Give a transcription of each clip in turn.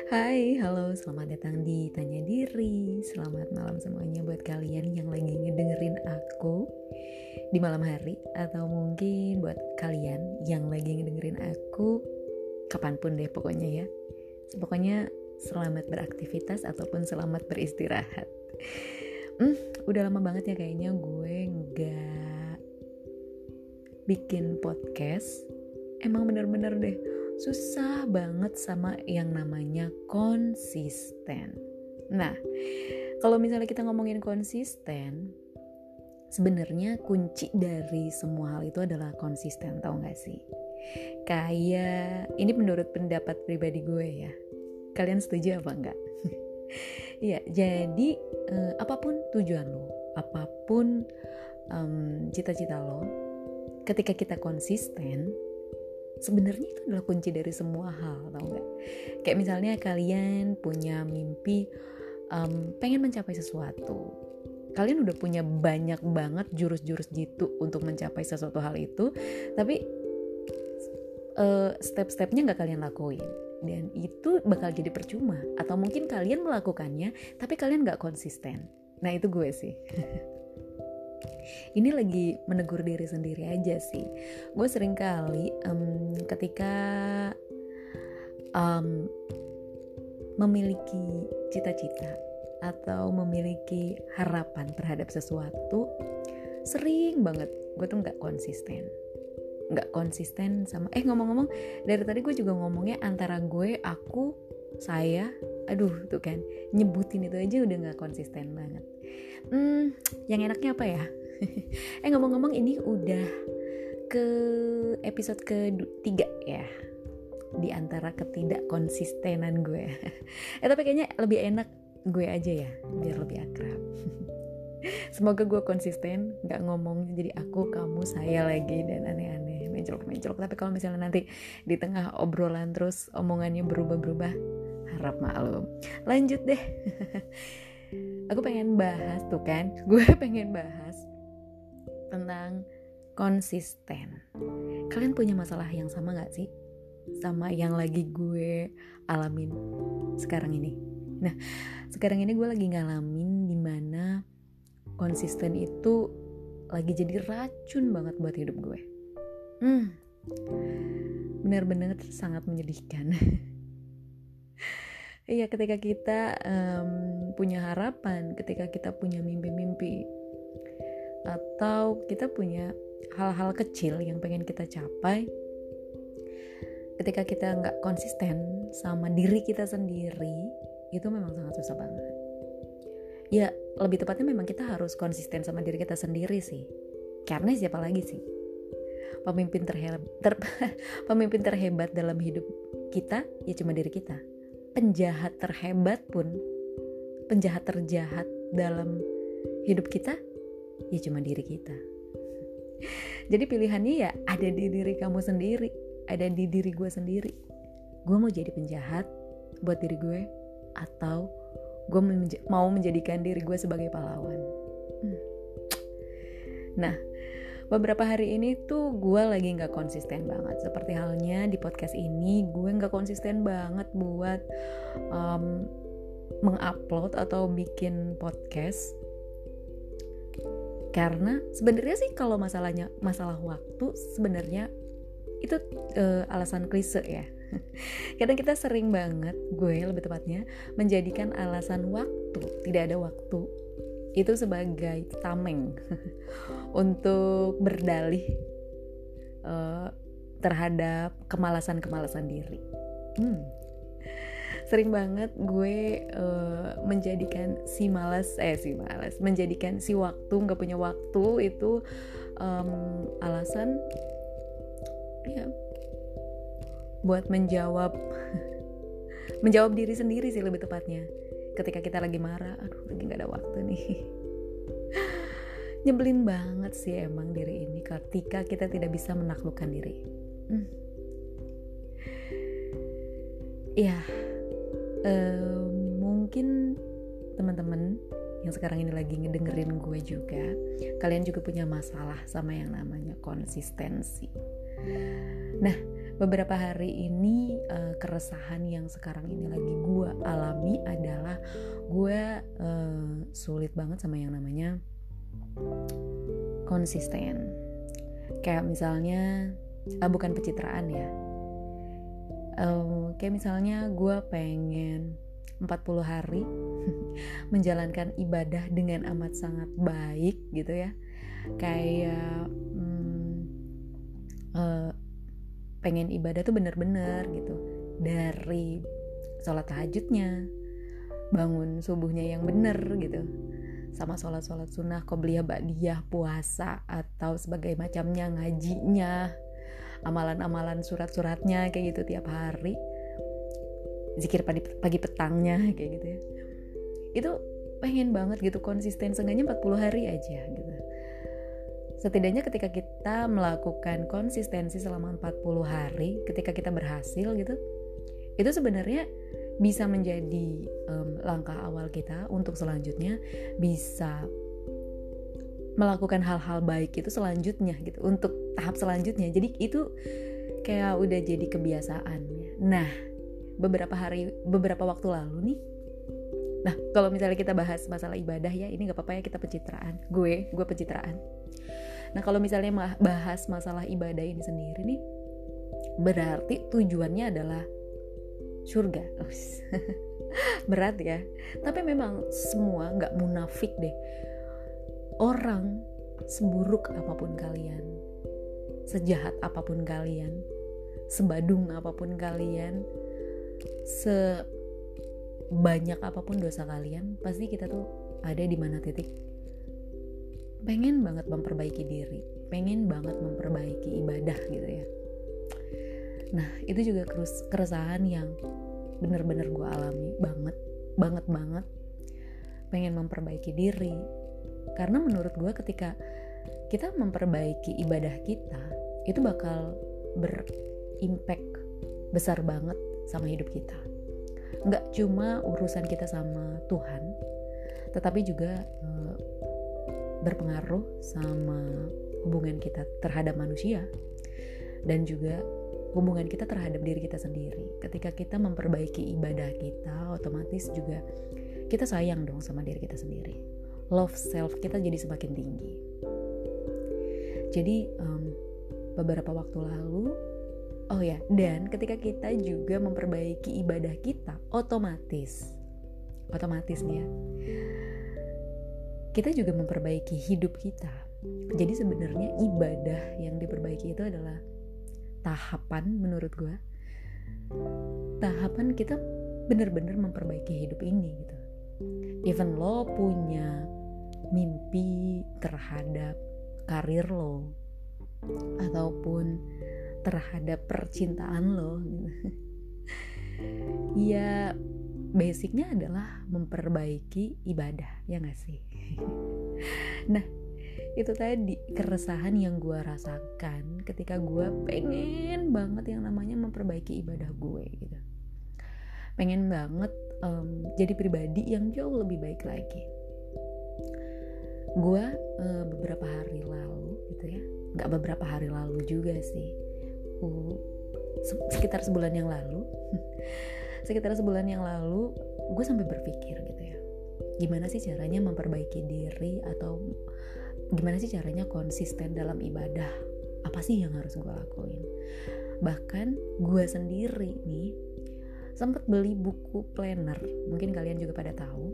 Hai, halo, selamat datang di Tanya Diri. Selamat malam semuanya buat kalian yang lagi ngedengerin aku di malam hari, atau mungkin buat kalian yang lagi ngedengerin aku kapanpun deh pokoknya ya. Pokoknya selamat beraktivitas ataupun selamat beristirahat. Udah lama banget ya kayaknya gue nggak bikin podcast. Emang bener-bener deh susah banget sama yang namanya konsisten. Nah, kalau misalnya kita ngomongin konsisten, sebenarnya kunci dari semua hal itu adalah konsisten, tau gak sih? Kayak, ini menurut pendapat pribadi gue ya. Kalian setuju apa enggak? Ya, jadi apapun tujuan lo, apapun cita-cita lo, ketika kita konsisten, sebenarnya itu adalah kunci dari semua hal, tau gak? Kayak misalnya kalian punya mimpi pengen mencapai sesuatu. Kalian udah punya banyak banget jurus-jurus jitu untuk mencapai sesuatu hal itu, tapi step-stepnya gak kalian lakuin. Dan itu bakal jadi percuma. Atau mungkin kalian melakukannya, tapi kalian gak konsisten. Nah itu gue sih. Ini lagi menegur diri sendiri aja sih. Gue sering kali ketika memiliki cita-cita atau memiliki harapan terhadap sesuatu, sering banget gue tuh gak konsisten sama ngomong-ngomong, dari tadi gue juga ngomongnya antara gue, aku, saya. Aduh tuh kan, nyebutin itu aja udah gak konsisten banget. Yang enaknya apa ya? Ngomong-ngomong, ini udah ke episode ke-3 ya, di antara ketidak konsistenan gue. Tapi kayaknya lebih enak gue aja ya, biar lebih akrab. Semoga gue konsisten, gak ngomong jadi aku, kamu, saya lagi dan aneh-aneh, mencolok-mencolok. Tapi kalau misalnya nanti di tengah obrolan terus omongannya berubah-berubah, harap maklum. Lanjut deh. Aku pengen bahas tuh kan, gue pengen bahas tentang konsisten. Kalian punya masalah yang sama gak sih sama yang lagi gue alamin sekarang ini? Nah, sekarang ini gue lagi ngalamin dimana konsisten itu lagi jadi racun banget buat hidup gue. Benar-benar sangat menyedihkan. Iya, ketika kita punya harapan, ketika kita punya mimpi-mimpi, atau kita punya hal-hal kecil yang pengen kita capai, ketika kita gak konsisten sama diri kita sendiri, itu memang sangat susah banget. Ya, lebih tepatnya memang kita harus konsisten sama diri kita sendiri sih. Karena siapa lagi sih? Pemimpin terhebat dalam hidup kita ya cuma diri kita. Penjahat terhebat pun, penjahat terjahat dalam hidup kita ya cuma diri kita. Jadi pilihannya ya ada di diri kamu sendiri, ada di diri gue sendiri. Gue mau jadi penjahat buat diri gue, atau gue mau menjadikan diri gue sebagai pahlawan. Nah, beberapa hari ini tuh gue lagi gak konsisten banget. Seperti halnya di podcast ini, gue gak konsisten banget buat mengupload atau bikin podcast. Karena sebenarnya sih kalau masalah waktu, sebenarnya itu alasan klise ya. Kadang kita sering banget, gue lebih tepatnya, menjadikan alasan waktu, tidak ada waktu, itu sebagai tameng untuk berdalih terhadap kemalasan diri. Sering banget gue menjadikan menjadikan si waktu, gak punya waktu itu alasan ya buat menjawab diri sendiri sih lebih tepatnya. Ketika kita lagi marah, aduh lagi gak ada waktu nih. Nyebelin banget sih emang diri ini ketika kita tidak bisa menaklukkan diri. Ya, mungkin teman-teman yang sekarang ini lagi ngedengerin gue juga, kalian juga punya masalah sama yang namanya konsistensi. Nah, beberapa hari ini keresahan yang sekarang ini lagi gue alami adalah gue sulit banget sama yang namanya konsisten. Kayak misalnya bukan pencitraan ya, kayak misalnya gue pengen 40 hari menjalankan ibadah dengan amat sangat baik gitu ya. Kayak pengen ibadah tuh bener-bener gitu, dari sholat tahajudnya, bangun subuhnya yang bener gitu, sama sholat sunnah, qobliyah, ba'diyah, puasa atau sebagai macamnya, ngajinya, amalan-amalan surat-suratnya kayak gitu tiap hari, zikir pagi petangnya kayak gitu ya. Itu pengen banget gitu konsisten, seenggaknya 40 hari aja gitu. Setidaknya ketika kita melakukan konsistensi selama 40 hari, ketika kita berhasil gitu, itu sebenarnya bisa menjadi langkah awal kita untuk selanjutnya bisa melakukan hal-hal baik itu selanjutnya gitu, untuk tahap selanjutnya. Jadi itu kayak udah jadi kebiasaan. Nah, beberapa waktu lalu nih, nah kalau misalnya kita bahas masalah ibadah ya, ini gak apa-apa ya, kita pencitraan, gue pencitraan. Nah kalau misalnya bahas masalah ibadah ini sendiri nih, berarti tujuannya adalah surga. Berat ya, tapi memang semua gak munafik deh, orang seburuk apapun kalian, sejahat apapun kalian, sebadung apapun kalian, sebanyak apapun dosa kalian, pasti kita tuh ada di mana titik pengen banget memperbaiki diri, pengen banget memperbaiki ibadah gitu ya. Nah itu juga keresahan yang bener-bener gue alami banget, pengen memperbaiki diri. Karena menurut gue ketika kita memperbaiki ibadah kita, itu bakal berimpact besar banget sama hidup kita. Nggak cuma urusan kita sama Tuhan, tetapi juga berpengaruh sama hubungan kita terhadap manusia, dan juga hubungan kita terhadap diri kita sendiri. Ketika kita memperbaiki ibadah kita, otomatis juga kita sayang dong sama diri kita sendiri. Love self kita jadi semakin tinggi. Jadi beberapa waktu lalu, dan ketika kita juga memperbaiki ibadah kita, otomatis nih ya, kita juga memperbaiki hidup kita. Jadi sebenarnya ibadah yang diperbaiki itu adalah tahapan, menurut gue, tahapan kita benar-benar memperbaiki hidup ini gitu. Even lo punya mimpi terhadap karir lo ataupun terhadap percintaan lo gitu. Ya basicnya adalah memperbaiki ibadah, ya gak sih? Nah itu tadi keresahan yang gue rasakan ketika gue pengen banget yang namanya memperbaiki ibadah gue gitu. Pengen banget jadi pribadi yang jauh lebih baik lagi. Gue beberapa hari lalu gitu ya, gak beberapa hari lalu juga sih, sekitar sebulan yang lalu gue sampai berpikir gitu ya, gimana sih caranya memperbaiki diri, atau gimana sih caranya konsisten dalam ibadah, apa sih yang harus gue lakuin. Bahkan gue sendiri nih sempat beli buku planner, mungkin kalian juga pada tahu,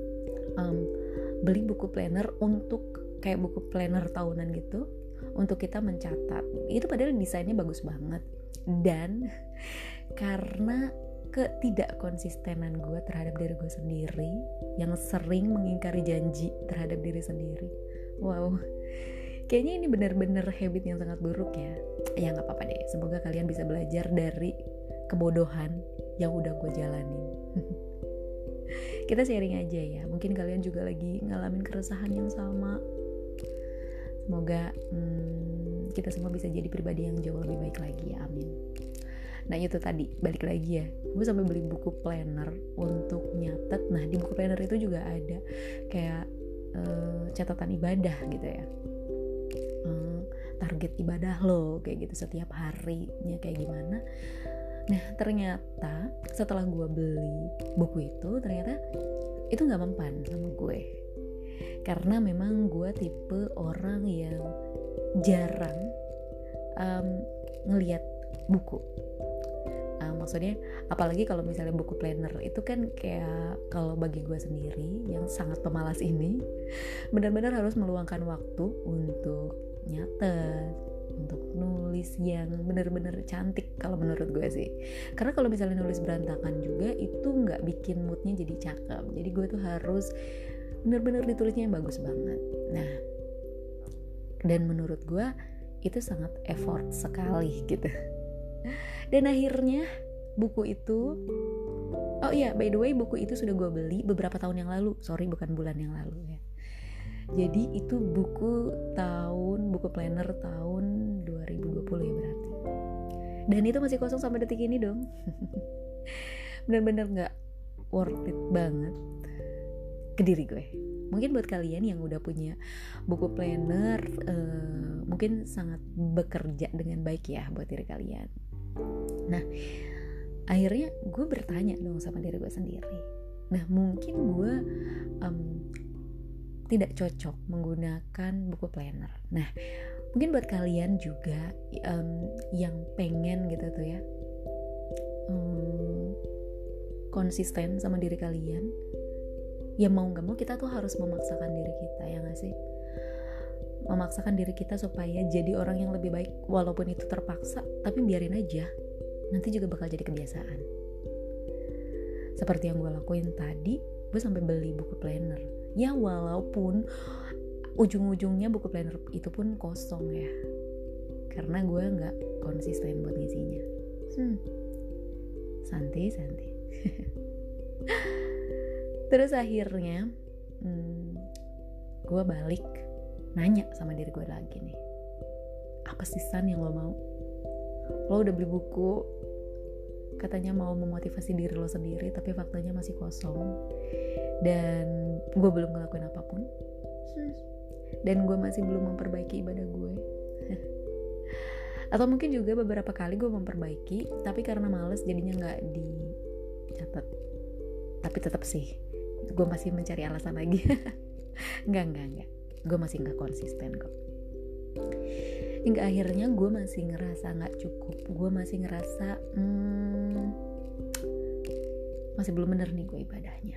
beli buku planner untuk kayak buku planner tahunan gitu, untuk kita mencatat. Itu padahal desainnya bagus banget, dan karena ketidakkonsistenan gue terhadap diri gue sendiri yang sering mengingkari janji terhadap diri sendiri, wow, kayaknya ini benar-benar habit yang sangat buruk ya. Ya nggak apa-apa deh, semoga kalian bisa belajar dari kebodohan yang udah gue jalanin. Kita sharing aja ya, mungkin kalian juga lagi ngalamin keresahan yang sama. Semoga kita semua bisa jadi pribadi yang jauh lebih baik lagi ya, amin. Nah itu tadi, balik lagi ya, gue sampai beli buku planner untuk nyatet. Nah di buku planner itu juga ada kayak catatan ibadah gitu ya. target ibadah lo kayak gitu setiap harinya kayak gimana. Nah ternyata setelah gue beli buku itu, ternyata itu nggak mempan sama gue, karena memang gue tipe orang yang jarang ngelihat buku. Maksudnya apalagi kalau misalnya buku planner itu kan kayak, kalau bagi gue sendiri yang sangat pemalas ini, benar-benar harus meluangkan waktu untuk nyatet, untuk nulis yang benar-benar cantik kalau menurut gue sih. Karena kalau misalnya nulis berantakan juga itu nggak bikin moodnya jadi cakep. Jadi gue tuh harus benar-benar ditulisnya yang bagus banget. Nah, dan menurut gue itu sangat effort sekali gitu. Dan akhirnya buku itu, oh iya by the way, buku itu sudah gue beli beberapa tahun yang lalu, bukan bulan yang lalu ya. Jadi itu buku planner tahun 2020 ya berarti. Dan itu masih kosong sampai detik ini dong. Bener-bener gak worth it banget ke diri gue. Mungkin buat kalian yang udah punya buku planner, mungkin sangat bekerja dengan baik ya buat diri kalian. Nah akhirnya gue bertanya dong sama diri gue sendiri, nah mungkin gue tidak cocok menggunakan buku planner. Nah mungkin buat kalian juga yang pengen gitu tuh ya, konsisten sama diri kalian, ya mau gak mau kita tuh harus memaksakan diri kita, ya gak sih? Memaksakan diri kita supaya jadi orang yang lebih baik, walaupun itu terpaksa, tapi biarin aja, nanti juga bakal jadi kebiasaan. Seperti yang gue lakuin tadi, gue sampai beli buku planner. Ya walaupun ujung-ujungnya buku planner itu pun kosong ya, karena gue gak konsisten buat ngisinya. Santai. Terus akhirnya gue balik nanya sama diri gue lagi nih, apa sih San yang lo mau? Lo udah beli buku, katanya mau memotivasi diri lo sendiri, tapi faktanya masih kosong, dan gue belum ngelakuin apapun, dan gue masih belum memperbaiki ibadah gue. Atau mungkin juga beberapa kali gue memperbaiki, tapi karena males jadinya gak dicatat. Tapi tetap sih gue masih mencari alasan lagi. Enggak, gue masih gak konsisten kok. Hingga akhirnya gue masih ngerasa gak cukup, gue masih ngerasa masih belum bener nih gue ibadahnya.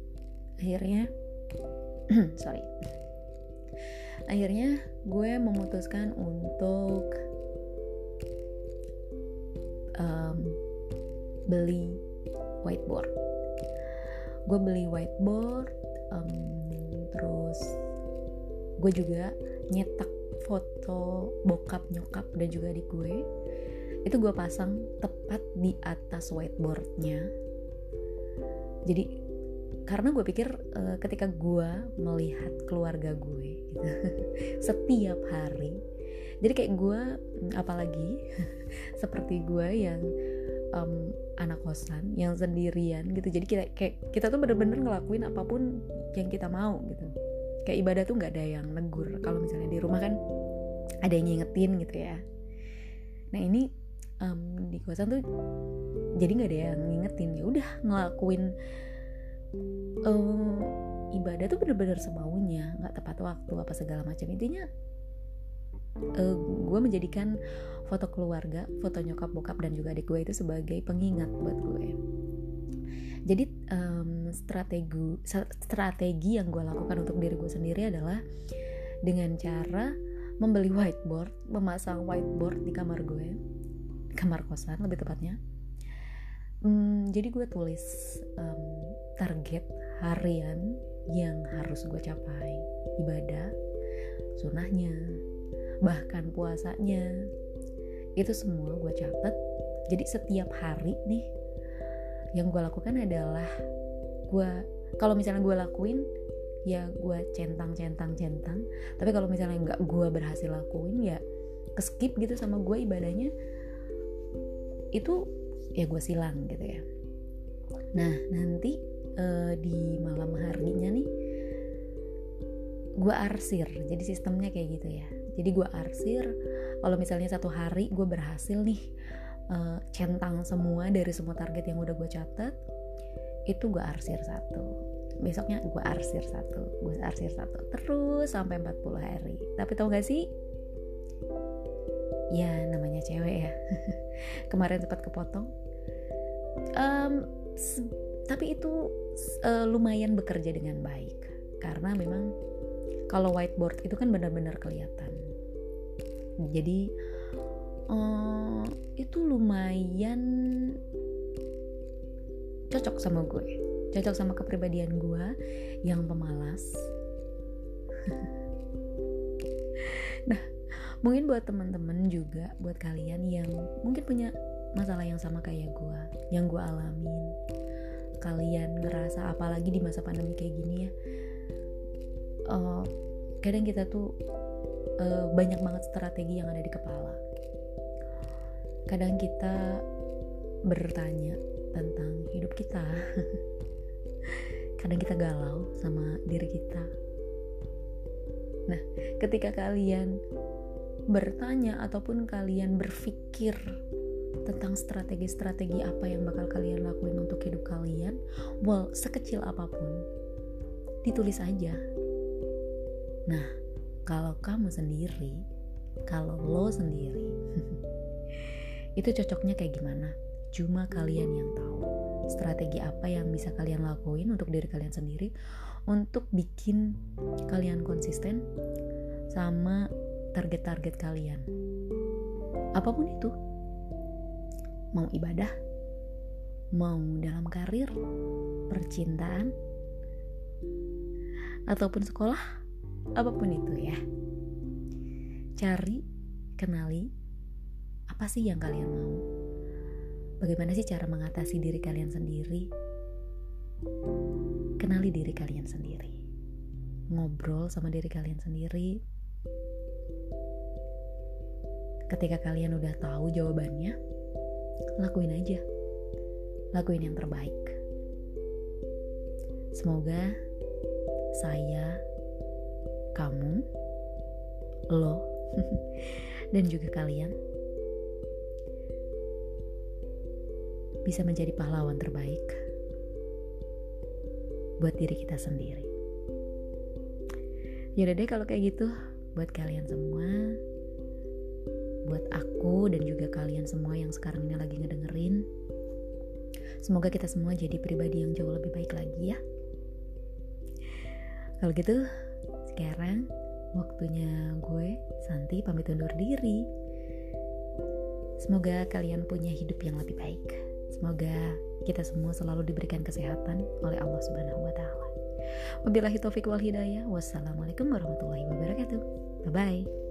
Akhirnya gue memutuskan untuk beli whiteboard. Gue beli whiteboard, terus gue juga nyetak foto bokap, nyokap, dan juga adik gue. Itu gue pasang tepat di atas whiteboardnya. Jadi karena gue pikir ketika gue melihat keluarga gue gitu, setiap hari, jadi kayak gue, apalagi seperti gue yang anak kosan yang sendirian gitu, jadi kita tuh bener-bener ngelakuin apapun yang kita mau gitu. Kayak ibadah tuh nggak ada yang negur. Kalau misalnya di rumah kan ada yang ngingetin gitu ya. Nah ini di kosan tuh jadi nggak ada yang ngingetin, ya udah ngelakuin ibadah tuh bener-bener semaunya, nggak tepat waktu apa segala macam. Intinya gue menjadikan foto keluarga, foto nyokap, bokap, dan juga adik gue itu sebagai pengingat buat gue. Jadi strategi yang gue lakukan untuk diri gue sendiri adalah dengan cara membeli whiteboard, memasang whiteboard di kamar gue, kamar kosan lebih tepatnya. Jadi gue tulis target harian yang harus gue capai, ibadah, sunahnya, bahkan puasanya, itu semua gue catat. Jadi setiap hari nih yang gue lakukan adalah kalau misalnya gue lakuin ya gue centang. Tapi kalau misalnya nggak gue berhasil lakuin ya keskip gitu sama gue ibadahnya, itu ya gue silang gitu ya. Nah nanti di malam harinya nih gue arsir. Jadi sistemnya kayak gitu ya. Jadi gue arsir, kalau misalnya satu hari gue berhasil nih centang semua dari semua target yang udah gue catat, itu gue arsir satu, besoknya gue arsir satu, terus sampai 40 hari. Tapi tau gak sih, ya namanya cewek ya, kemarin sempat kepotong, tapi itu lumayan bekerja dengan baik, karena memang kalau whiteboard itu kan benar-benar kelihatan. Jadi itu lumayan cocok sama gue, cocok sama kepribadian gue yang pemalas. Nah, mungkin buat teman-teman juga, buat kalian yang mungkin punya masalah yang sama kayak gue, yang gue alamin, kalian ngerasa apalagi di masa pandemi kayak gini ya, kadang kita tuh banyak banget strategi yang ada di kepala. Kadang kita bertanya tentang hidup kita. Kadang kita galau sama diri kita. Nah, ketika kalian bertanya ataupun kalian berpikir tentang strategi-strategi apa yang bakal kalian lakuin untuk hidup kalian, sekecil apapun, ditulis aja. Nah, kalau kamu sendiri, kalau lo sendiri, itu cocoknya kayak gimana? Cuma kalian yang tahu strategi apa yang bisa kalian lakuin untuk diri kalian sendiri, untuk bikin kalian konsisten sama target-target kalian. Apapun itu, mau ibadah, mau dalam karir, percintaan, ataupun sekolah, apapun itu ya. Cari, kenali, apa sih yang kalian mau? Bagaimana sih cara mengatasi diri kalian sendiri? Kenali diri kalian sendiri. Ngobrol sama diri kalian sendiri. Ketika kalian udah tahu jawabannya, lakuin aja. Lakuin yang terbaik. Semoga saya, kamu, lo, dan juga kalian bisa menjadi pahlawan terbaik buat diri kita sendiri. Yaudah deh kalau kayak gitu, buat kalian semua, buat aku dan juga kalian semua yang sekarang ini lagi ngedengerin, semoga kita semua jadi pribadi yang jauh lebih baik lagi ya. Kalau gitu, sekarang waktunya gue, Santi, pamit undur diri. Semoga kalian punya hidup yang lebih baik. Semoga kita semua selalu diberikan kesehatan oleh Allah Subhanahu wa Ta'ala. Wabillahi taufiq wal hidayah. Wassalamualaikum warahmatullahi wabarakatuh. Bye bye.